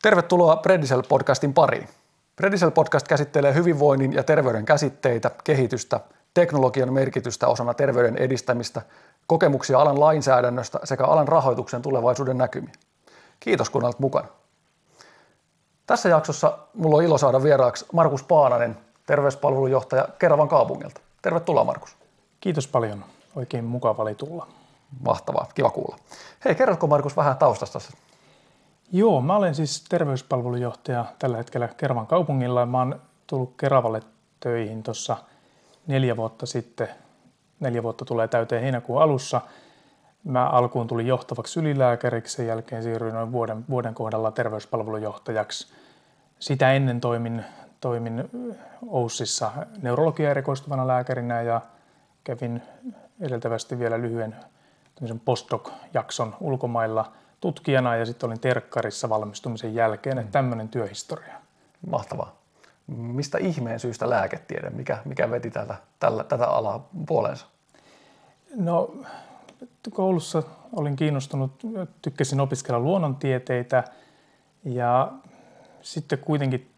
Tervetuloa Predisel-podcastin pariin. Predisel-podcast käsittelee hyvinvoinnin ja terveyden käsitteitä, kehitystä, teknologian merkitystä osana terveyden edistämistä, kokemuksia alan lainsäädännöstä sekä alan rahoituksen tulevaisuuden näkymiä. Kiitos kun olet mukana. Tässä jaksossa minulla on ilo saada vieraaksi Markus Paananen, terveyspalvelujohtaja Keravan kaupungilta. Tervetuloa Markus. Kiitos paljon. Oikein mukava oli tulla. Mahtavaa, kiva kuulla. Hei, kerrotko Markus vähän taustasta? Joo, mä olen siis terveyspalvelujohtaja tällä hetkellä Keravan kaupungilla. Mä oon tullut Keravalle töihin tuossa 4 vuotta sitten. 4 vuotta tulee täyteen heinäkuun alussa. Mä alkuun tulin johtavaksi ylilääkäriksi, sen jälkeen siirryin noin vuoden kohdalla terveyspalvelujohtajaksi. Sitä ennen toimin OYSissa neurologiaan erikoistuvana lääkärinä ja kävin edeltävästi vielä lyhyen postdoc-jakson ulkomailla tutkijana ja sitten olin terkkarissa valmistumisen jälkeen, että tämmöinen työhistoria. Mahtavaa. Mistä ihmeen syystä lääketiede? Mikä veti tätä alaa puoleensa? No, koulussa olin kiinnostunut, tykkäsin opiskella luonnontieteitä ja sitten kuitenkin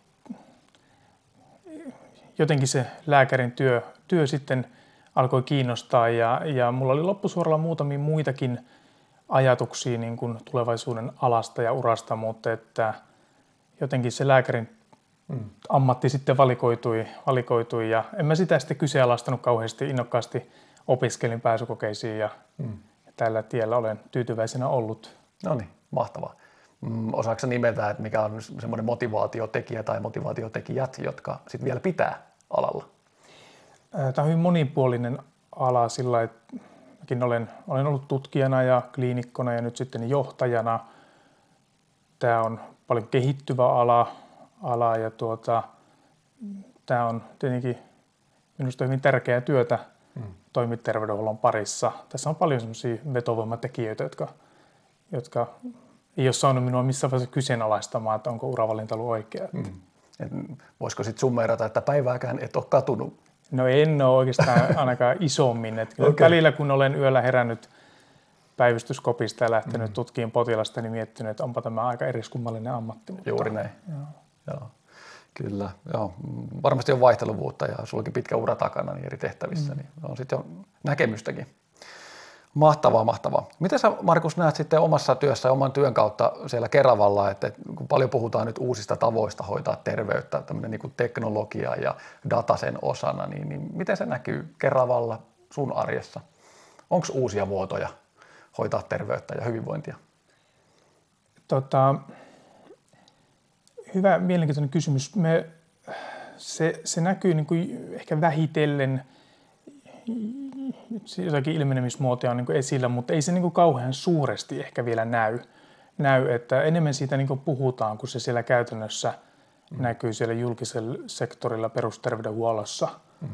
jotenkin se lääkärin työ sitten alkoi kiinnostaa ja mulla oli loppusuoralla muutamia muitakin ajatuksia niin kuin tulevaisuuden alasta ja urasta, mutta että jotenkin se lääkärin ammatti sitten valikoitui ja en mä sitä sitten kyseenalaistanut kauheasti, innokkaasti opiskelin pääsykokeisiin ja tällä tiellä olen tyytyväisenä ollut. No niin, mahtavaa. Osaatko nimetä, että mikä on semmoinen motivaatiotekijä tai motivaatiotekijät, jotka sitten vielä pitää alalla? Tämä on hyvin monipuolinen ala sillä, että mäkin olen ollut tutkijana ja kliinikkona ja nyt sitten johtajana. Tämä on paljon kehittyvä ala ja tämä on tietenkin minusta hyvin tärkeää työtä toimintaterveydenhuollon parissa. Tässä on paljon sellaisia vetovoimatekijöitä, jotka ei ole saanut minua missään vaiheessa kyseenalaistamaan, että onko uravalinta ollut oikea. Voisiko sitten summeerata, että päivääkään et ole katunut? No en ole oikeastaan ainakaan isommin. Okay. Välillä kun olen yöllä herännyt päivystyskopista ja lähtenyt tutkimaan potilasta, niin miettinyt, että onpa tämä aika eriskummallinen ammatti. Juuri näin. Joo. Kyllä. Joo. Varmasti on vaihteluvuutta ja sullakin pitkä ura takana niin eri tehtävissä, niin on sitten jo näkemystäkin. Mahtavaa. Miten sä, Markus, näet sitten omassa työssä ja oman työn kautta siellä Keravalla, että kun paljon puhutaan nyt uusista tavoista hoitaa terveyttä, tämmöinen niin kuin teknologia ja data sen osana, niin miten se näkyy Keravalla sun arjessa? Onko uusia muotoja hoitaa terveyttä ja hyvinvointia? Hyvä, mielenkiintoinen kysymys. Se näkyy niin kuin ehkä vähitellen. Jotakin ilmenemismuotoja on niin kuin esillä, mutta ei se niin kuin kauhean suuresti ehkä vielä näy, että enemmän siitä niin kuin puhutaan, kun se siellä käytännössä näkyy siellä julkisella sektorilla perusterveydenhuollossa.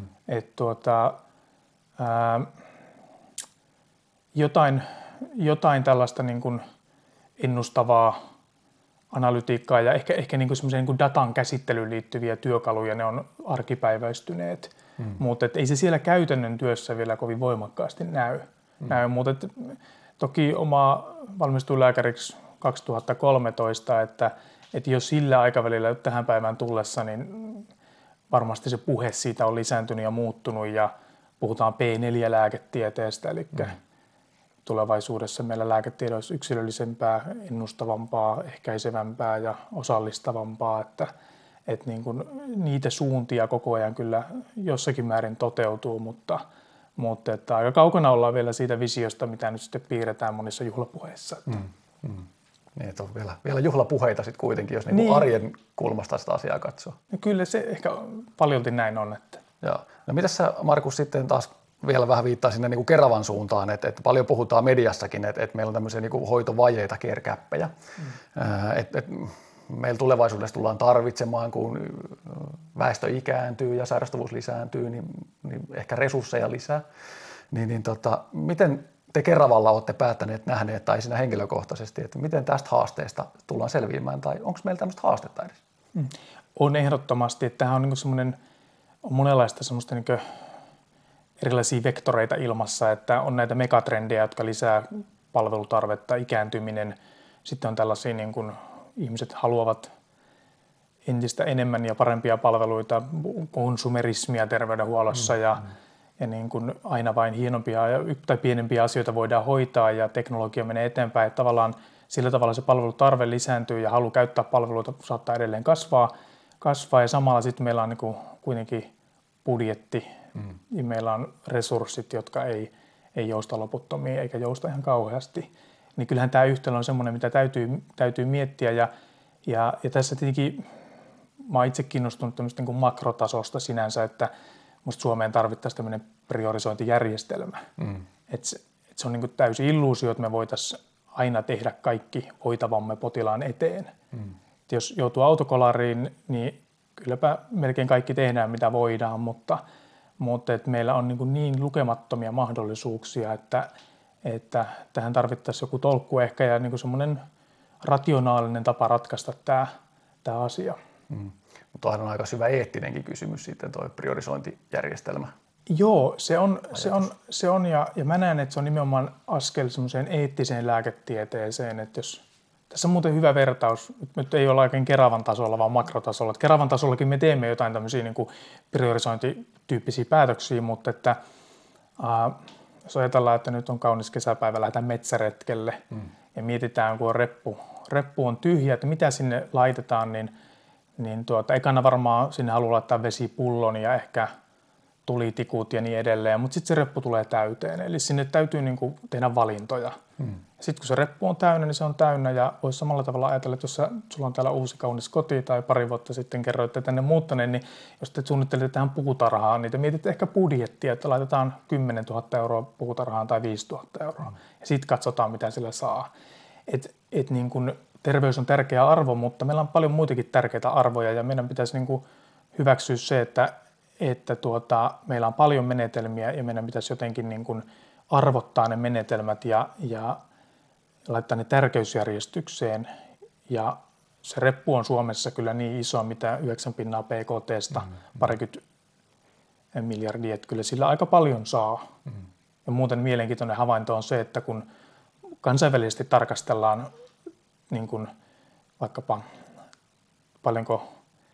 Jotain tällaista niin kuin ennustavaa analytiikkaa ja ehkä niin kuin semmoiseen niin kuin datan käsittelyyn liittyviä työkaluja, ne on arkipäiväistyneet. Mutta ei se siellä käytännön työssä vielä kovin voimakkaasti näy. Mutta toki valmistuin lääkäriksi 2013, että jo sillä aikavälillä tähän päivään tullessa, niin varmasti se puhe siitä on lisääntynyt ja muuttunut ja puhutaan P4-lääketieteestä, eli tulevaisuudessa meillä lääketiede olisi yksilöllisempää, ennustavampaa, ehkäisevämpää ja osallistavampaa, että niin kuin niitä suuntia koko ajan kyllä jossakin määrin toteutuu, mutta että aika kaukana ollaan vielä siitä visiosta, mitä nyt sitten piirretään monissa juhlapuheissa. Niin, että on vielä juhlapuheita sitten kuitenkin, jos niin arjen kulmasta sitä asiaa katsoo. No kyllä se ehkä paljolti näin on. Että. Joo. No mitäs sä, Markus, sitten taas vielä vähän viittaa sinne niin kuin Keravan suuntaan, että paljon puhutaan mediassakin, että meillä on tämmöisiä niin kuin hoitovajeita, care-gappeja. Meillä tulevaisuudessa tullaan tarvitsemaan, kun väestö ikääntyy ja sairastavuus lisääntyy, niin ehkä resursseja lisää. Miten te Keravalla olette päättäneet, nähneet tai sinä henkilökohtaisesti, että miten tästä haasteesta tullaan selviämään tai onko meillä tämmöistä haastetta edes? On ehdottomasti, että tämähän on niin semmoinen, on monenlaista semmoista niin erilaisia vektoreita ilmassa, että on näitä megatrendejä, jotka lisää palvelutarvetta, ikääntyminen, sitten on tällaisia niin kuin ihmiset haluavat entistä enemmän ja parempia palveluita, konsumerismia terveydenhuollossa ja niin kuin aina vain hienompia tai pienempiä asioita voidaan hoitaa ja teknologia menee eteenpäin. Että tavallaan sillä tavalla se palvelutarve lisääntyy ja halu käyttää palveluita saattaa edelleen kasvaa ja samalla sitten meillä on niin kuin kuitenkin budjetti ja meillä on resurssit, jotka ei jousta loputtomiin eikä jousta ihan kauheasti. Niin kyllähän tämä yhtälö on semmoinen, mitä täytyy miettiä ja tässä tietenkin mä oon itse kiinnostunut tämmöistä niin kuin makrotasosta sinänsä, että musta Suomeen tarvittaisiin tämmöinen priorisointijärjestelmä. Et se on niin kuin täysi illuusio, että me voitaisiin aina tehdä kaikki voitavamme potilaan eteen. Et jos joutuu autokolariin, niin kylläpä melkein kaikki tehdään, mitä voidaan, mutta et meillä on niin lukemattomia mahdollisuuksia, että tähän tarvittaisiin joku tolkku ehkä ja niin semmoinen rationaalinen tapa ratkaista tämä asia. Mutta on aika syvä eettinenkin kysymys sitten tuo priorisointijärjestelmä. Joo, se on ja mä näen, että se on nimenomaan askel semmoiseen eettiseen lääketieteeseen, että jos tässä on muuten hyvä vertaus, nyt ei olla oikein Keravan tasolla, vaan makrotasolla. Että Keravan tasollakin me teemme jotain tämmöisiä niin kuin priorisointityyppisiä päätöksiä, mutta että jos ajatellaan, että nyt on kaunis kesäpäivä, lähdetään metsäretkelle ja mietitään, kun reppu on tyhjä, että mitä sinne laitetaan, niin ekana varmaan sinne haluaa laittaa vesipullon ja ehkä tulitikut ja niin edelleen, mutta sitten se reppu tulee täyteen. Eli sinne täytyy niin kuin tehdä valintoja. Sitten kun se reppu on täynnä, niin se on täynnä ja voisi samalla tavalla ajatella, että jos sulla on täällä uusi kaunis koti tai pari vuotta sitten kerroitte tänne muuttaneen, niin jos te suunnittelette tähän puutarhaan, niin te mietitte ehkä budjettia, että laitetaan 10 000 euroa puutarhaan tai 5 000 euroa ja sitten katsotaan, mitä sillä saa. Et niin kuin terveys on tärkeä arvo, mutta meillä on paljon muitakin tärkeitä arvoja ja meidän pitäisi niin kuin hyväksyä se, että meillä on paljon menetelmiä ja meidän pitäisi jotenkin niin kuin arvottaa ne menetelmät ja laittaa ne tärkeysjärjestykseen. Ja se reppu on Suomessa kyllä niin iso, mitä 9% PKT:sta, parikymmentä miljardia, että kyllä sillä aika paljon saa. Ja muuten mielenkiintoinen havainto on se, että kun kansainvälisesti tarkastellaan niin kuin vaikkapa paljonko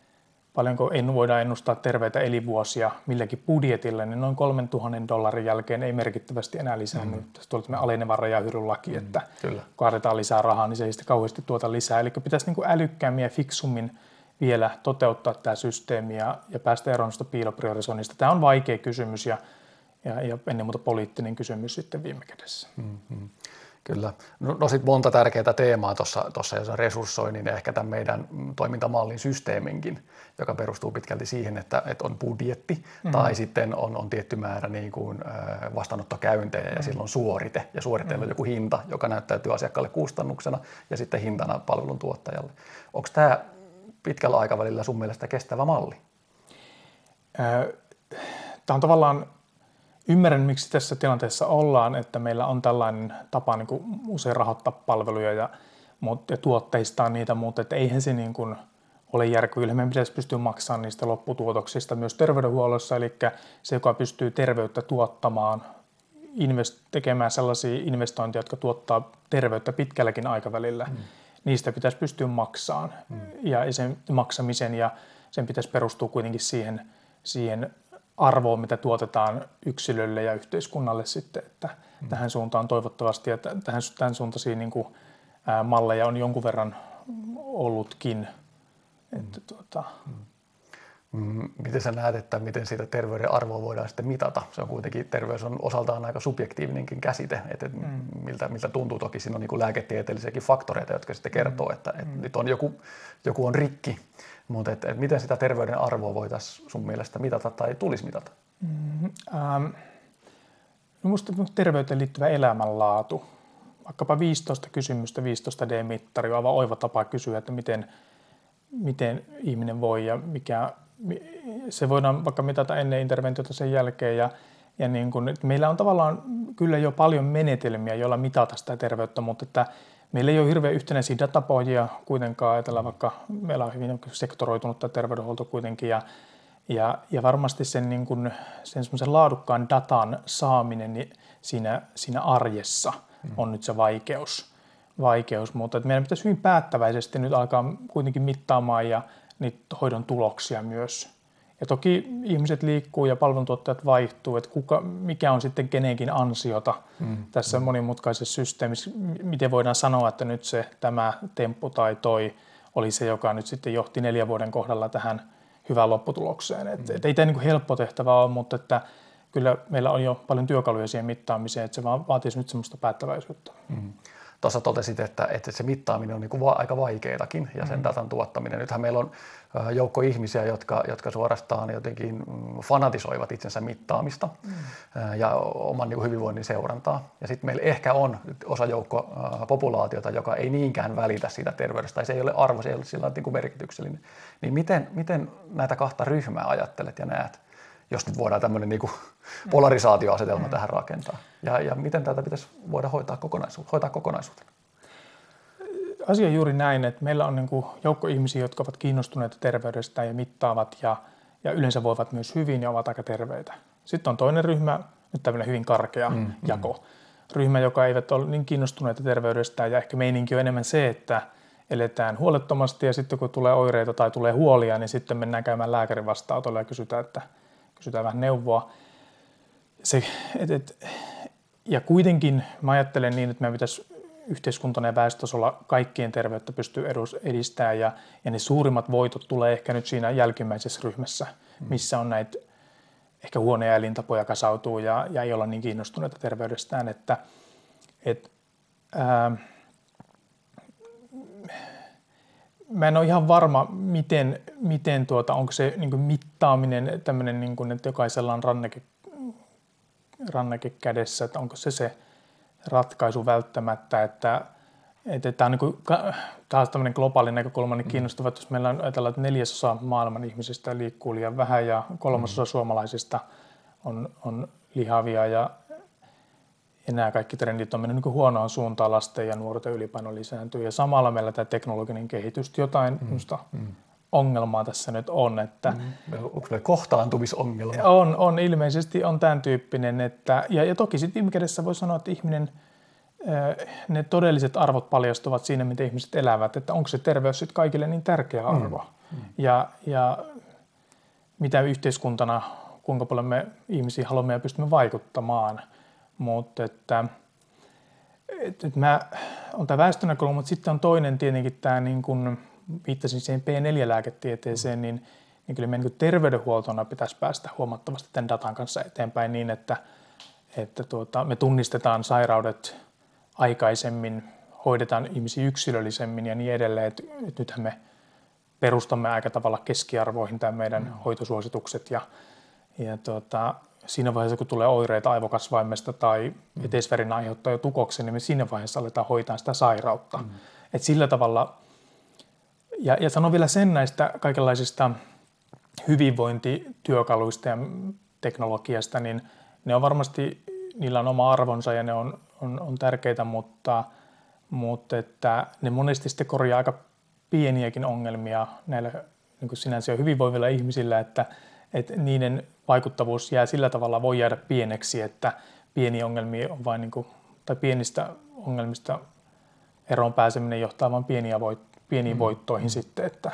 voidaan ennustaa terveitä elinvuosia milläkin budjetilla, niin noin $3,000 jälkeen ei merkittävästi enää lisännyt. Tässä tuli tämmöinen alenevan rajahyryn laki, että kun kaadetaan lisää rahaa, niin se ei sitten kauheasti tuota lisää. Eli pitäisi niin kuin älykkäämmin ja fiksummin vielä toteuttaa tämä systeemi ja päästä eroon sitä piilopriorisoinnista. Tämä on vaikea kysymys ja ennen muuta poliittinen kysymys sitten viime kädessä. Kyllä. No sitten monta tärkeää teemaa tuossa jos resurssoinnin ja ehkä tämän meidän toimintamallin systeeminkin, joka perustuu pitkälti siihen, että on budjetti tai sitten on tietty määrä niin kuin vastaanottokäyntejä ja silloin suorite. Ja suoritteella on joku hinta, joka näyttäytyy asiakkaalle kustannuksena ja sitten hintana palvelun tuottajalle. Onko tämä pitkällä aikavälillä sun mielestä kestävä malli? Tämä on tavallaan... Ymmärrän, miksi tässä tilanteessa ollaan, että meillä on tällainen tapa niin kuin usein rahoittaa palveluja ja tuotteistaa niitä, mutta että eihän se niin kuin ole järkevää. Kyllä meidän pitäisi pystyä maksamaan niistä lopputuotoksista myös terveydenhuollossa, eli se, joka pystyy terveyttä tuottamaan, tekemään sellaisia investointeja, jotka tuottaa terveyttä pitkälläkin aikavälillä, niistä pitäisi pystyä maksamaan. Ja sen maksamisen ja sen pitäisi perustua kuitenkin siihen arvoa, mitä tuotetaan yksilölle ja yhteiskunnalle sitten, että tähän suuntaan toivottavasti ja tämän suuntaisia niin kuin, malleja on jonkun verran ollutkin. Miten sä näet, että miten siitä terveyden arvoa voidaan sitten mitata? Se on kuitenkin, terveys on osaltaan aika subjektiivinenkin käsite, että miltä tuntuu. Toki siinä on niin kuin lääketieteellisiäkin faktoreita, jotka sitten kertoo, että nyt on joku on rikki. Mutta miten sitä terveyden arvoa voitaisiin sun mielestä mitata tai tulisi mitata? Minusta terveyteen liittyvä elämänlaatu. Vaikkapa 15 kysymystä, 15D-mittari on aivan oiva tapa kysyä, että miten ihminen voi ja se voidaan vaikka mitata ennen interventiota sen jälkeen. Ja niin kun, meillä on tavallaan kyllä jo paljon menetelmiä, joilla mitata sitä terveyttä, mutta että meillä ei ole hirveän yhtenäisiä datapohjia kuitenkaan, ajatellaan vaikka meillä on hyvin sektoroitunutta terveydenhuolto kuitenkin ja varmasti sen semmoisen laadukkaan datan saaminen niin siinä arjessa on nyt se vaikeus. vaikeus, mutta että meidän pitäisi hyvin päättäväisesti nyt alkaa kuitenkin mittaamaan ja niitä hoidon tuloksia myös. Ja toki ihmiset liikkuu ja palveluntuottajat vaihtuu, että mikä on sitten kenenkin ansiota tässä monimutkaisessa systeemissä. Miten voidaan sanoa, että nyt tämä temppu tai toi oli se, joka nyt sitten johti 4 vuoden kohdalla tähän hyvään lopputulokseen. Et ei tämä niin kuin helppo tehtävä ole, mutta että kyllä meillä on jo paljon työkaluja siihen mittaamiseen, että se vaan vaatisi nyt semmoista päättäväisyyttä. Tuossa totesit, että se mittaaminen on niin kuin aika vaikeatakin ja sen datan tuottaminen. Nythän meillä on joukko ihmisiä, jotka suorastaan jotenkin fanatisoivat itsensä mittaamista ja oman niin kuin hyvinvoinnin seurantaa. Ja sitten meillä ehkä on osa joukko populaatiota, joka ei niinkään välitä siitä terveydestä, tai se ei ole arvo, se ei ole sillä niin kuin merkityksellinen. Niin miten näitä kahta ryhmää ajattelet ja näet, jos nyt voidaan tämmöinen niin kuin polarisaatioasetelma tähän rakentaa? Ja miten tätä pitäisi voida hoitaa kokonaisuutena? Asia on juuri näin, että meillä on niin kuin joukko ihmisiä, jotka ovat kiinnostuneita terveydestä ja mittaavat ja yleensä voivat myös hyvin ja ovat aika terveitä. Sitten on toinen ryhmä, nyt tämmöinen hyvin karkea jako. Ryhmä, joka eivät ole niin kiinnostuneita terveydestä ja ehkä meininki on enemmän se, että eletään huolettomasti ja sitten kun tulee oireita tai tulee huolia, niin sitten mennään käymään lääkärin vastaanotolle ja kysytään vähän neuvoa. Ja kuitenkin mä ajattelen niin, että meidän pitäisi yhteiskuntana ja väestötasolla kaikkien terveyttä pystyy edistämään ja ne suurimmat voitot tulee ehkä nyt siinä jälkimmäisessä ryhmässä, missä on näitä ehkä huonoja elintapoja kasautuu ja ei olla niin kiinnostuneita terveydestään, mä en ole ihan varma, miten onko se niin kuin mittaaminen tämmöinen, niin kuin, että jokaisella on ranneke kädessä, että onko se ratkaisu välttämättä, että tämä on niin kuin, taas tämmöinen globaali näkökulma niin kiinnostava, että jos meillä on ajatellaan, että 4% maailman ihmisistä liikkuu liian vähän ja 3% suomalaisista on lihavia ja nämä kaikki trendit on mennyt niin kuin huonoon suuntaan, lasten ja nuorten ylipaino lisääntyy ja samalla meillä tämä teknologinen kehitys, jotain ongelmaa tässä nyt on. Että onko meillä kohtaantumisongelma? On ilmeisesti on tämän tyyppinen, että, ja toki sitten viime kädessä voi sanoa, että ihminen, ne todelliset arvot paljastuvat siinä, miten ihmiset elävät, että onko se terveys sitten kaikille niin tärkeä arvo. Ja mitä yhteiskuntana, kuinka paljon me ihmisiä haluamme ja pystymme vaikuttamaan. Mutta että mä on tämä väestönäkökulma, mutta sitten on toinen tietenkin tämä, niin kun viittasin siihen P4-lääketieteeseen, niin kyllä meidän niin terveydenhuoltona pitäisi päästä huomattavasti tämän datan kanssa eteenpäin niin, että me tunnistetaan sairaudet aikaisemmin, hoidetaan ihmisiä yksilöllisemmin ja niin edelleen. Että nythän me perustamme aika tavalla keskiarvoihin tämän meidän hoitosuositukset ja siinä vaiheessa, kun tulee oireita aivokasvaimesta tai eteisvärin aiheuttaa jo tukoksen, niin me siinä vaiheessa aletaan hoitaa sitä sairautta. Et sillä tavalla, ja sanon vielä sen näistä kaikenlaisista hyvinvointityökaluista ja teknologiasta, niin ne on varmasti, niillä on oma arvonsa ja ne on tärkeitä, mutta että ne monesti sitten korjaa aika pieniäkin ongelmia näillä niin kuin sinänsä jo hyvinvoivilla ihmisillä, että niiden vaikuttavuus jää sillä tavalla, voi jäädä pieneksi, että pieniä ongelmia on vain, niin kuin, tai pienistä ongelmista eroon pääseminen johtaa vain pieniin voittoihin sitten, että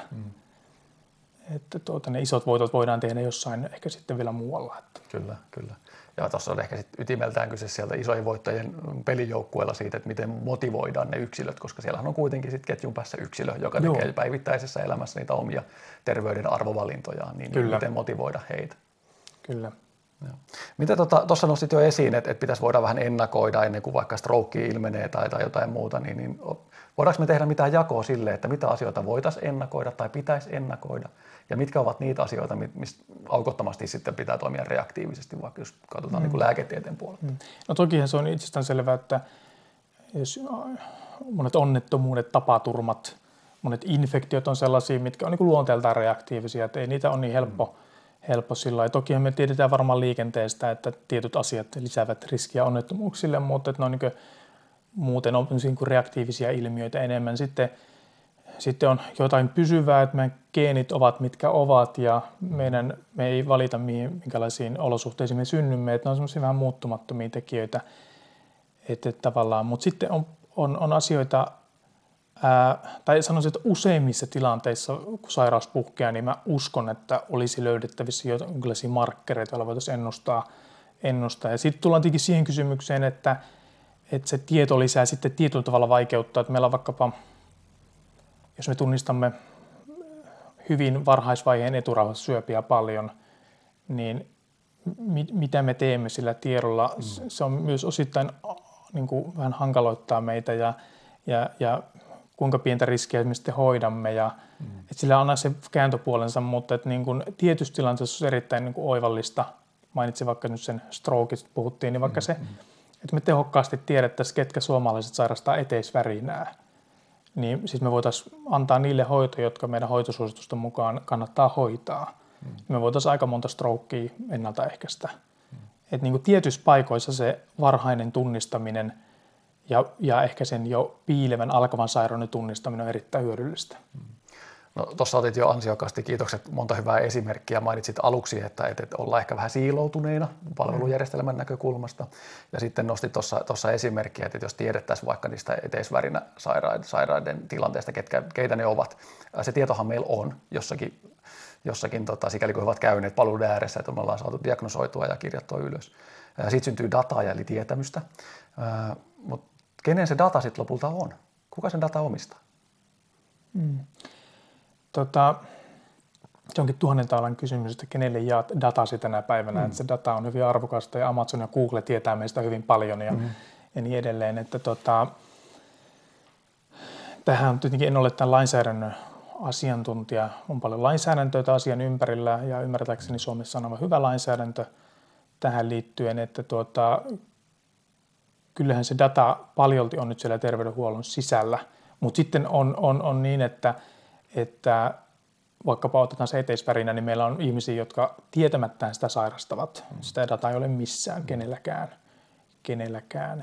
ne isot voitot voidaan tehdä jossain ehkä sitten vielä muualla. Että. Kyllä. Ja tuossa on ehkä sit ytimeltään kyse sieltä isojen voittajien pelijoukkueella siitä, että miten motivoidaan ne yksilöt, koska siellähän on kuitenkin sit ketjun päässä yksilö, joka tekee päivittäisessä elämässä niitä omia terveyden arvovalintojaan, niin miten motivoida heitä. Kyllä. Mitä tuossa nostit jo esiin, että pitäisi voida vähän ennakoida ennen kuin vaikka stroke ilmenee tai jotain muuta, niin voidaanko me tehdä mitään jakoa sille, että mitä asioita voitaisiin ennakoida tai pitäisi ennakoida ja mitkä ovat niitä asioita, mistä aukottomasti sitten pitää toimia reaktiivisesti, vaikka jos katsotaan niin kuin lääketieteen puolelta. No tokihan se on itsestään selvää, että jos monet onnettomuudet, tapaturmat, monet infektiot on sellaisia, mitkä on niin kuin luonteeltaan reaktiivisia, että ei niitä ole niin helppo sillä lailla. Toki me tiedetään varmaan liikenteestä, että tietyt asiat lisäävät riskiä onnettomuuksille, mutta että ne on niin kuin, muuten on niin kuin reaktiivisia ilmiöitä enemmän. Sitten on jotain pysyvää, että meidän geenit ovat mitkä ovat ja me ei valita minkälaisiin olosuhteisiin me synnymme, että ne on semmoisia vähän muuttumattomia tekijöitä. Että tavallaan, mutta sitten on asioita, tai sanoisin, että useimmissa tilanteissa, kun sairaus puhkeaa, niin mä uskon, että olisi löydettävissä jonkinlaisia markkereita, joilla voitaisiin ennustaa. Ja sitten tullaan tietenkin siihen kysymykseen, että se tieto lisää sitten tietyllä tavalla vaikeuttaa, että meillä on vaikkapa, jos me tunnistamme hyvin varhaisvaiheen eturauhassyöpiä paljon, niin mitä me teemme sillä tiedolla, se on myös osittain niin kuin vähän hankaloittaa meitä ja kuinka pientä riskiä me sitten hoidamme. Että sillä on aina se kääntöpuolensa, mutta että niin kuin tietyssä tilanteessa on erittäin niin kuin oivallista. Mainitsin vaikka nyt sen strokeista puhuttiin, niin vaikka se, että me tehokkaasti tiedettäisiin, ketkä suomalaiset sairastaa eteisvärinää, niin siis me voitaisiin antaa niille hoitoja, jotka meidän hoitosuositusten mukaan kannattaa hoitaa. Me voitaisiin aika monta strokea ennaltaehkäistä. Että niin kuin tietyissä paikoissa se varhainen tunnistaminen ja ehkä sen jo piilevän alkavan sairauden tunnistaminen on erittäin hyödyllistä. No, tuossa otit jo ansiokkaasti, kiitokset, monta hyvää esimerkkiä. Mainitsit aluksi, että ollaan ehkä vähän siiloutuneina palvelujärjestelmän näkökulmasta. Ja sitten nostit tuossa esimerkkiä, että jos tiedettäisiin vaikka niistä eteisvärinäsairaiden tilanteesta, keitä ne ovat. Se tietohan meillä on jossakin sikäli kun he ovat käyneet palveluiden ääressä, että me ollaan saatu diagnosoitua ja kirjattua ylös. Siitä syntyy dataa eli tietämystä. Mutta kenen se data sitten lopulta on? Kuka sen data omistaa? Se onkin $1000 kysymys, että kenelle jaat datasi tänä päivänä. Että se data on hyvin arvokasta ja Amazon ja Google tietää meistä hyvin paljon ja niin edelleen. Että tähän on tietenkin, en ole tämän lainsäädännön asiantuntija. On paljon lainsäädäntöä asian ympärillä ja ymmärtääkseni Suomessa on aivan hyvä lainsäädäntö tähän liittyen, että kyllähän se data paljolti on nyt siellä terveydenhuollon sisällä, mutta sitten on niin, että vaikkapa otetaan se eteisvärinä, niin meillä on ihmisiä, jotka tietämättään sitä sairastavat. Sitä dataa ei ole missään kenelläkään.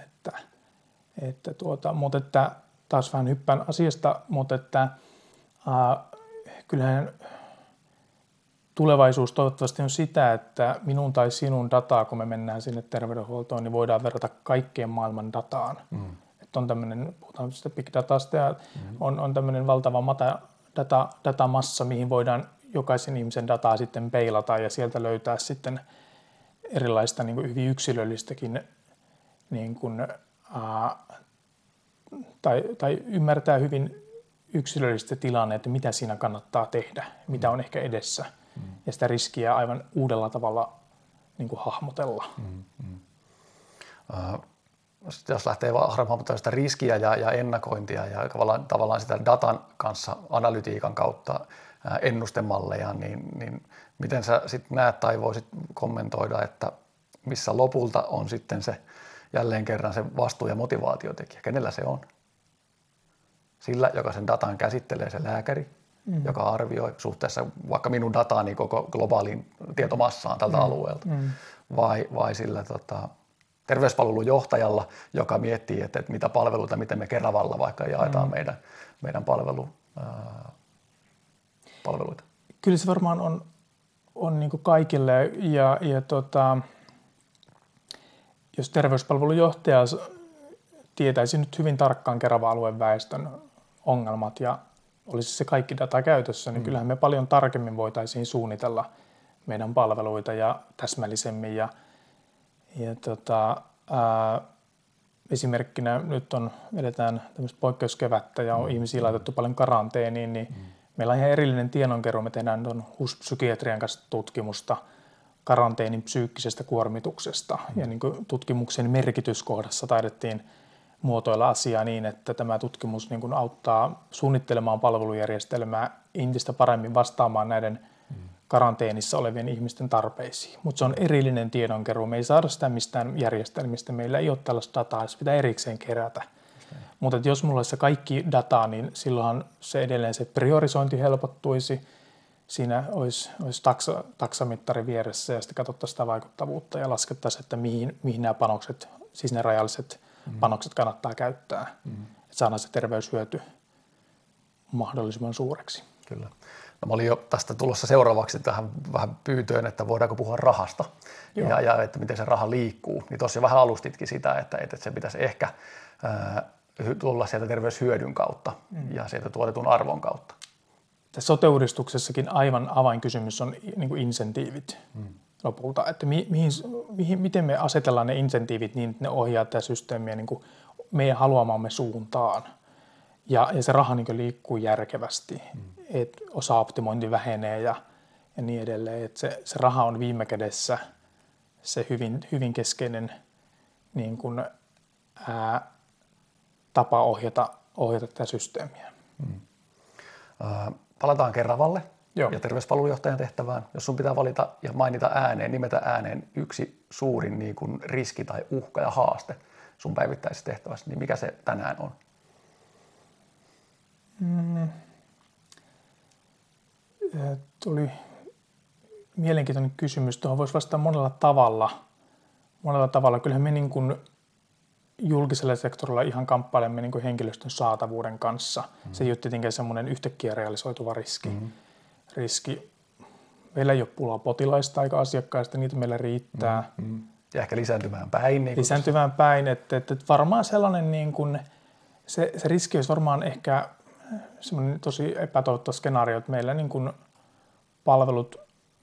Mutta että taas vähän hyppään asiasta, mutta että kyllähän tulevaisuus toivottavasti on sitä, että minun tai sinun dataa, kun me mennään sinne terveydenhuoltoon, niin voidaan verrata kaikkeen maailman dataan. Että on tämmöinen, puhutaan sitä big datasta ja on tämmöinen valtava datamassa, mihin voidaan jokaisen ihmisen dataa sitten peilata ja sieltä löytää sitten erilaista niin kuin hyvin yksilöllistäkin niin kuin, tai ymmärtää hyvin yksilöllistä tilanne, että mitä siinä kannattaa tehdä, mitä on ehkä edessä ja sitä riskiä aivan uudella tavalla niin kuin hahmotella. Jos lähtee harjoittamaan sitä riskiä ja ennakointia ja tavallaan sitä datan kanssa, analytiikan kautta ennustemalleja, niin miten sä sitten näet tai voisit kommentoida, että missä lopulta on sitten se jälleen kerran se vastuu- ja motivaatiotekijä, kenellä se on? Sillä, joka sen datan käsittelee, se lääkäri, joka arvioi suhteessa vaikka minun dataani koko globaaliin tietomassaan tältä alueelta, vai sillä terveyspalvelun johtajalla, joka miettii, että mitä palveluita, miten me Keravalla vaikka jaetaan meidän palveluita. Kyllä se varmaan on niin kuin kaikille ja jos terveyspalvelun johtaja tietäisi nyt hyvin tarkkaan Kerava-alueen väestön ongelmat ja olisi se kaikki data käytössä, niin kyllähän me paljon tarkemmin voitaisiin suunnitella meidän palveluita ja täsmällisemmin. Esimerkkinä nyt vedetään tämmöistä poikkeuskevättä ja on ihmisiä laitettu paljon karanteeniin, niin meillä on ihan erillinen tiedonkeruu. Me tehdään tuon HUS-psykiatrian kanssa tutkimusta karanteenin psyykkisestä kuormituksesta ja niin kuin tutkimuksen merkityskohdassa taidettiin muotoilla asiaa niin, että tämä tutkimus niin kuin auttaa suunnittelemaan palvelujärjestelmää entistä paremmin vastaamaan näiden karanteenissa olevien ihmisten tarpeisiin. Mutta se on erillinen tiedonkeruu. Me ei saada sitä mistään järjestelmistä. Meillä ei ole tällaista dataa, se pitää erikseen kerätä. Mutta jos mulla olisi se kaikki dataa, niin silloin se edelleen se priorisointi helpottuisi. Siinä olisi taksamittari vieressä ja sitten katsottaisiin sitä vaikuttavuutta ja laskettaisiin, että mihin nämä panokset, siis ne rajalliset panokset kannattaa käyttää. Että saadaan se terveyshyöty mahdollisimman suureksi. Kyllä. No, mä olin jo tästä tulossa seuraavaksi tähän vähän pyytöön, että voidaanko puhua rahasta ja että miten se raha liikkuu. Niin tuossa vähän alustitkin sitä, että se pitäisi ehkä tulla sieltä terveyshyödyn kautta ja sieltä tuotetun arvon kautta. Tässä sote-uudistuksessakin aivan avainkysymys on niin kuin insentiivit lopulta, että miten me asetellaan ne insentiivit niin, että ne ohjaa tätä systeemiä niin kuin meidän haluamamme suuntaan. Ja se raha niin kuin liikkuu järkevästi, että osa-optimointi vähenee ja niin edelleen. Että se raha on viime kädessä se hyvin keskeinen niin kuin, tapa ohjata tätä systeemiä. Palataan Keravalle Joo. ja terveyspalvelujohtajan tehtävään. Jos sun pitää valita ja mainita ääneen, nimetä ääneen yksi suurin niin kuin riski tai uhka ja haaste sun päivittäisessä tehtävässä, niin mikä se tänään on? Tuli mielenkiintoinen kysymys. Tuohon voisi vastata monella tavalla. Kyllähän me niin kuin julkisella sektorilla ihan kamppailemme niin kuin henkilöstön saatavuuden kanssa. Se ei ole tietenkään semmoinen yhtäkkiä realisoituva riski. Meillä ei ole pulaa potilaista eikä asiakkaista, niitä meillä riittää. Ja ehkä lisääntymään päin. Niin lisääntymään päin, että varmaan sellainen niin kuin, se riski olisi varmaan ehkä semmoinen tosi epätoivottava skenaario, että meillä niin kuin palvelut,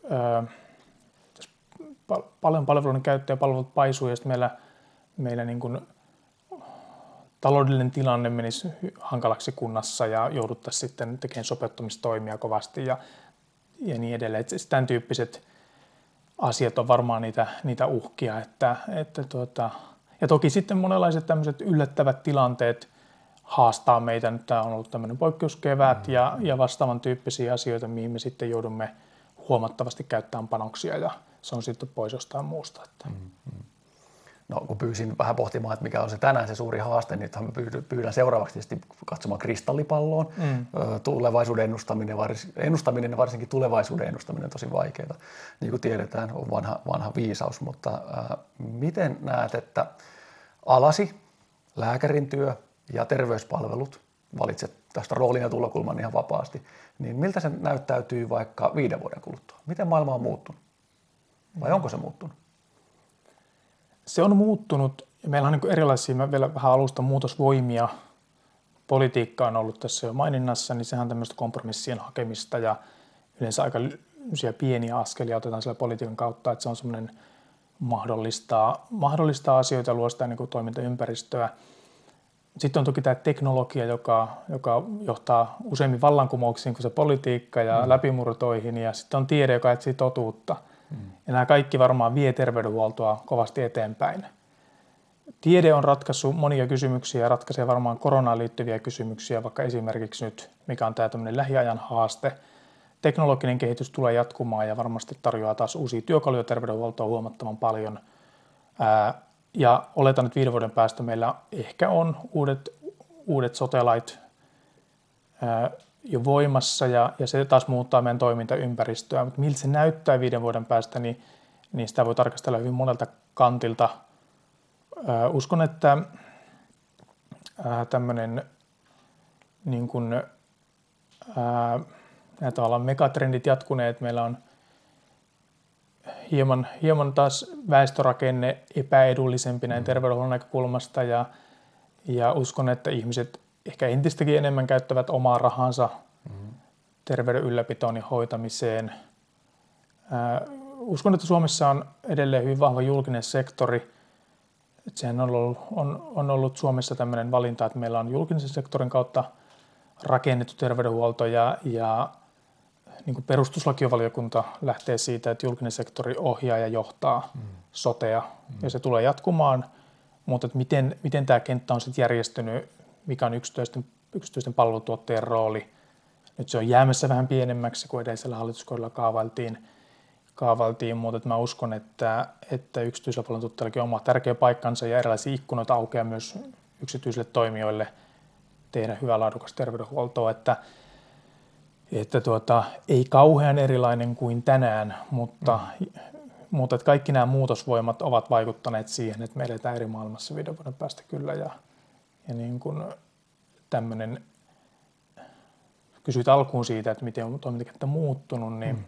paljon palveluiden käyttäjä, palvelut paisuu ja sitten meillä niin kuin taloudellinen tilanne menisi hankalaksi kunnassa ja jouduttaisiin sitten tekemään sopeuttamistoimia kovasti ja niin edelleen. Että tämän tyyppiset asiat on varmaan niitä uhkia. Ja toki sitten monenlaiset tämmöiset yllättävät tilanteet haastaa meitä. Nyt tämä on ollut tämmöinen poikkeuskevät ja vastaavan tyyppisiä asioita, mihin me sitten joudumme huomattavasti käyttämään panoksia ja se on sitten pois jostain muusta. No, kun pyysin vähän pohtimaan, että mikä on se tänään se suuri haaste, niin pyydän seuraavaksi tietysti katsomaan kristallipalloon. Tulevaisuuden ennustaminen ja varsinkin tulevaisuuden ennustaminen on tosi vaikeaa. Niin kuin tiedetään, on vanha viisaus, mutta miten näet, että alasi, lääkärin työ ja terveyspalvelut, valitset tästä roolin ja tulokulman ihan vapaasti, niin miltä se näyttäytyy vaikka 5 vuoden kuluttua? Miten maailma on muuttunut? Vai onko se muuttunut? Se on muuttunut. Meillä on niin erilaisia, vielä vähän alusta muutosvoimia. Politiikka on ollut tässä jo maininnassa, niin sehän on tämmöistä kompromissien hakemista ja yleensä aika pieniä askelia otetaan siellä politiikan kautta, että se on semmoinen mahdollistaa asioita ja luo sitä niin kuin toimintaympäristöä. Sitten on toki tämä teknologia, joka johtaa useimmin vallankumouksiin kuin se politiikka ja läpimurtoihin ja sitten on tiede, joka etsii totuutta. Ja nämä kaikki varmaan vie terveydenhuoltoa kovasti eteenpäin. Tiede on ratkaissut monia kysymyksiä ja ratkaisee varmaan koronaan liittyviä kysymyksiä, vaikka esimerkiksi nyt, mikä on tämä tämmöinen lähiajan haaste. Teknologinen kehitys tulee jatkumaan ja varmasti tarjoaa taas uusia työkaluja terveydenhuoltoon huomattavan paljon. Ja oletan, että 5 vuoden päästä meillä ehkä on uudet sote-lait jo voimassa ja se taas muuttaa meidän toimintaympäristöä. Mutta miltä se näyttää 5 vuoden päästä, niin sitä voi tarkastella hyvin monelta kantilta. Uskon, että tämmöinen niin kuin, nämä tavallaan megatrendit jatkuneet. Meillä on hieman taas väestörakenne epäedullisempi näin terveydenhuollon näkökulmasta ja uskon, että ihmiset ehkä entistäkin enemmän käyttävät omaa rahansa terveyden ylläpitoon ja hoitamiseen. Uskon, että Suomessa on edelleen hyvin vahva julkinen sektori. Sehän on ollut Suomessa tämmöinen valinta, että meillä on julkisen sektorin kautta rakennettu terveydenhuolto ja niin kuin perustuslakivaliokunta lähtee siitä, että julkinen sektori ohjaa ja johtaa sotea ja se tulee jatkumaan, mutta että miten tämä kenttä on sitten järjestynyt, mikä on yksityisten palvelutuottajien rooli. Nyt se on jäämässä vähän pienemmäksi kuin edellisellä hallituskaudella kaavailtiin, mutta että mä uskon, että yksityisellä palveluntuottajillakin on oma tärkeä paikkansa ja erilaisia ikkunoita aukeaa myös yksityisille toimijoille tehdä hyvää laadukasta terveydenhuoltoa, että ei kauhean erilainen kuin tänään, mutta että kaikki nämä muutosvoimat ovat vaikuttaneet siihen, että me eletään eri maailmassa 5 vuoden päästä kyllä ja niin kuin tämmöinen, kysyit alkuun siitä, että miten on toimintakenttä muuttunut, niin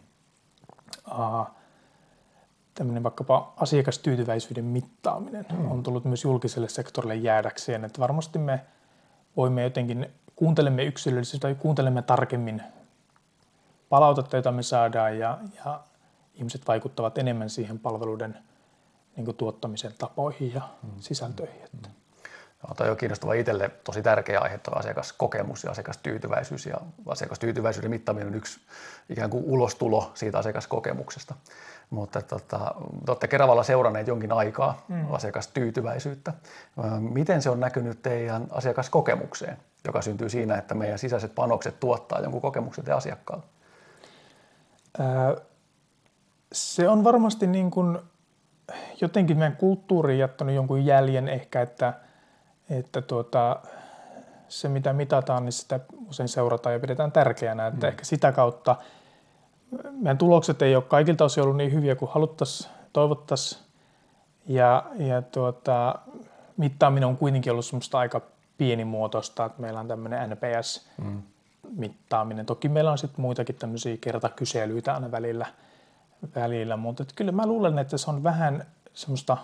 tämmöinen vaikkapa asiakastyytyväisyyden mittaaminen on tullut myös julkiselle sektorille jäädäkseen, että varmasti me voimme jotenkin, kuuntelemme yksilöllisesti tai kuuntelemme tarkemmin palautetta, jota me saadaan ja ihmiset vaikuttavat enemmän siihen palveluiden niin kuin tuottamisen tapoihin ja sisältöihin. No, toi on kiinnostava itselle, tosi tärkeä aihe tuo asiakaskokemus ja asiakastyytyväisyys. Ja asiakastyytyväisyyden mittaaminen on yksi ikään kuin ulostulo siitä asiakaskokemuksesta. Mutta te olette Keravalla seuranneet jonkin aikaa asiakastyytyväisyyttä. Miten se on näkynyt teidän asiakaskokemukseen, joka syntyy siinä, että meidän sisäiset panokset tuottaa jonkun kokemuksen te asiakkaalle? Se on varmasti niin kuin jotenkin meidän kulttuuriin jättänyt jonkun jäljen ehkä, että se mitä mitataan, niin sitä usein seurataan ja pidetään tärkeänä. Että ehkä sitä kautta meidän tulokset ei ole kaikilta osin ollut niin hyviä kuin haluttaisiin, toivottaisiin. Ja mittaaminen on kuitenkin ollut semmoista aika pienimuotoista, että meillä on tämmöinen NPS-mittaaminen. Toki meillä on sitten muitakin tämmöisiä kertakyselyitä aina välillä, mutta kyllä mä luulen, että se on vähän semmoista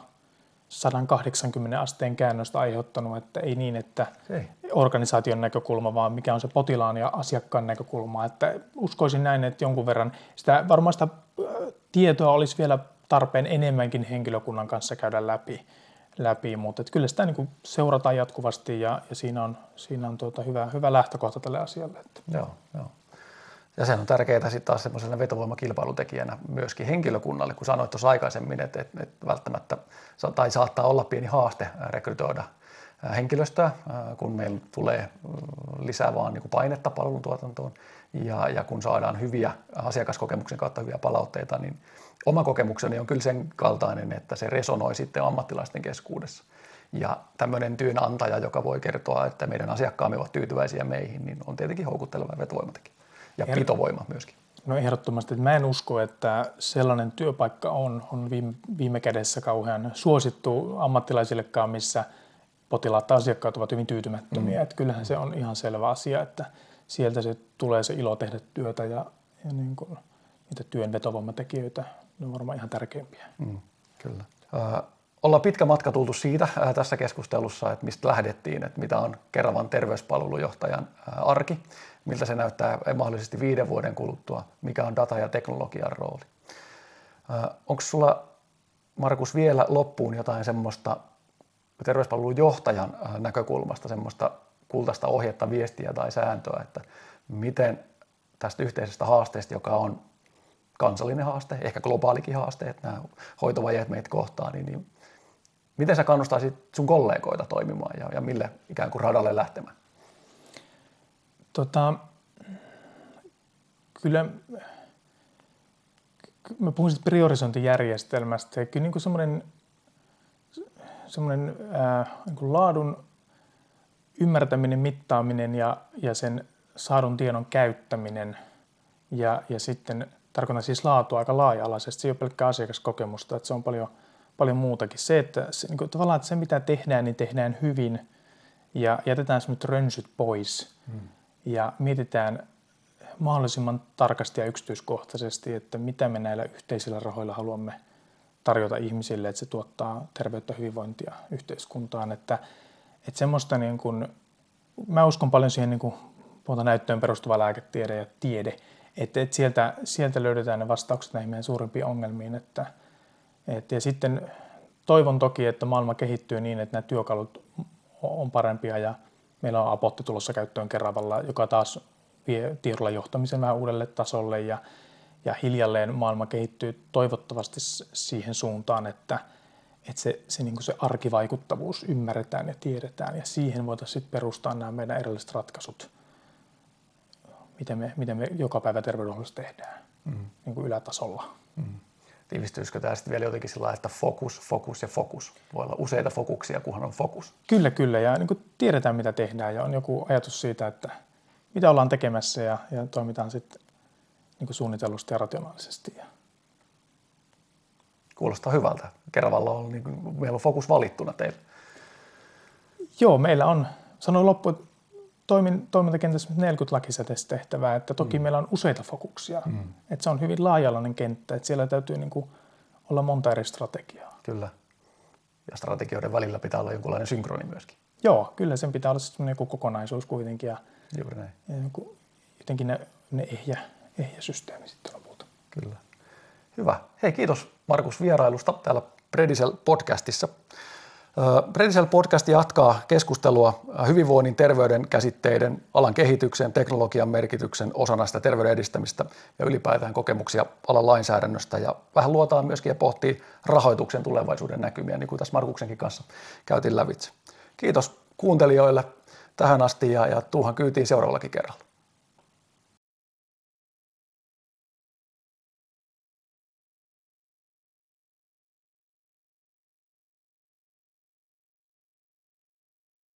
180 asteen käännöstä aiheuttanut, että ei niin, että organisaation näkökulma, vaan mikä on se potilaan ja asiakkaan näkökulma. Että uskoisin näin, että jonkun verran varmaan sitä tietoa olisi vielä tarpeen enemmänkin henkilökunnan kanssa käydä läpi, mutta että kyllä sitä niin kuin seurataan jatkuvasti ja siinä on hyvä lähtökohta tälle asialle. Joo. Ja se on tärkeää sitten taas semmoisena vetovoimakilpailutekijänä myöskin henkilökunnalle, kun sanoit tuossa aikaisemmin, että välttämättä tai saattaa olla pieni haaste rekrytoida henkilöstöä, kun meillä tulee lisää vaan niin kuin painetta palveluntuotantoon ja kun saadaan hyviä asiakaskokemuksen kautta hyviä palautteita, niin oma kokemukseni on kyllä sen kaltainen, että se resonoi sitten ammattilaisten keskuudessa. Ja tämmöinen työnantaja, joka voi kertoa, että meidän asiakkaamme ovat tyytyväisiä meihin, niin on tietenkin houkutteleva vetovoimatekijä. Ja pitovoima myöskin. No ehdottomasti. Mä en usko, että sellainen työpaikka on viime kädessä kauhean suosittu ammattilaisillekaan, missä potilaat tai asiakkaat ovat hyvin tyytymättömiä. Että kyllähän se on ihan selvä asia, että sieltä se tulee se ilo tehdä työtä ja niin kuin niitä työn vetovoimatekijöitä, ne on varmaan ihan tärkeimpiä. Kyllä. Ollaan pitkä matka tultu siitä tässä keskustelussa, että mistä lähdettiin, että mitä on Keravan terveyspalvelujohtajan arki, miltä se näyttää mahdollisesti 5 vuoden kuluttua, mikä on data- ja teknologian rooli. Onko sulla, Markus, vielä loppuun jotain semmoista terveyspalvelujohtajan näkökulmasta, semmoista kultaista ohjetta, viestiä tai sääntöä, että miten tästä yhteisestä haasteesta, joka on kansallinen haaste, ehkä globaalikin haaste, että nämä hoitovajeet meitä kohtaa, niin miten sä kannustaisit sun kollegoita toimimaan ja mille ikään kuin radalle lähtemään? Kyllä mä puhun sitten priorisointijärjestelmästä ja kyllä niin kuin semmoinen niin kuin laadun ymmärtäminen, mittaaminen ja sen saadun tiedon käyttäminen ja sitten tarkoitan siis laatua aika laaja-alaisesti, se ei ole pelkkää asiakaskokemusta, että se on paljon muutakin. Se, että niin kuin tavallaan että se mitä tehdään, niin tehdään hyvin ja jätetään semmoiset rönsyt pois ja mietitään mahdollisimman tarkasti ja yksityiskohtaisesti, että mitä me näillä yhteisillä rahoilla haluamme tarjota ihmisille, että se tuottaa terveyttä, hyvinvointia yhteiskuntaan. Että semmoista niin kuin, mä uskon paljon siihen niin kuin puhutaan näyttöön perustuva lääketiede ja tiede, että sieltä löydetään ne vastaukset näihin meidän suurimpiin ongelmiin. Ja sitten toivon toki, että maailma kehittyy niin, että nämä työkalut on parempia ja meillä on Apotti tulossa käyttöön Keravalla, joka taas vie tiedolla johtamisen vähän uudelle tasolle ja hiljalleen maailma kehittyy toivottavasti siihen suuntaan, että se, niin kuin se arkivaikuttavuus ymmärretään ja tiedetään ja siihen voitaisiin sitten perustaa nämä meidän erilaiset ratkaisut, miten me joka päivä terveydenhuollossa tehdään niin kuin ylätasolla. Tiivistyisikö tämä sitten vielä jotenkin sillä lailla, että fokus ja fokus? Voi olla useita fokuksia, kunhan on fokus. Kyllä. Ja niin kuin tiedetään, mitä tehdään ja on joku ajatus siitä, että mitä ollaan tekemässä ja toimitaan sitten niin kuin suunnitellusti ja rationaalisesti. Kuulostaa hyvältä. Keravalla on, meillä on fokus valittuna teillä. Joo, meillä on. Sanoin loppuun, että toimintakentässä 40 lakisääteistä tehtävää, että toki meillä on useita fokuksia. Että se on hyvin laaja-alainen kenttä, että siellä täytyy niin kuin olla monta eri strategiaa. Kyllä. Ja strategioiden välillä pitää olla jonkunlainen synkroni myöskin. Joo, kyllä sen pitää olla semmoinen joku kokonaisuus kuitenkin ja Juuri näin. jotenkin ne ehjä systeemi sitten lopulta. Kyllä. Hyvä. Hei, kiitos Markus vierailusta täällä Predisel podcastissa. Predisel podcast jatkaa keskustelua hyvinvoinnin, terveyden käsitteiden, alan kehityksen, teknologian merkityksen osana sitä terveyden edistämistä ja ylipäätään kokemuksia alan lainsäädännöstä ja vähän luotaan myöskin ja pohtii rahoituksen tulevaisuuden näkymiä, niin kuin tässä Markuksenkin kanssa käytiin lävitse. Kiitos kuuntelijoille tähän asti ja tuuhan kyytiin seuraavallakin kerralla.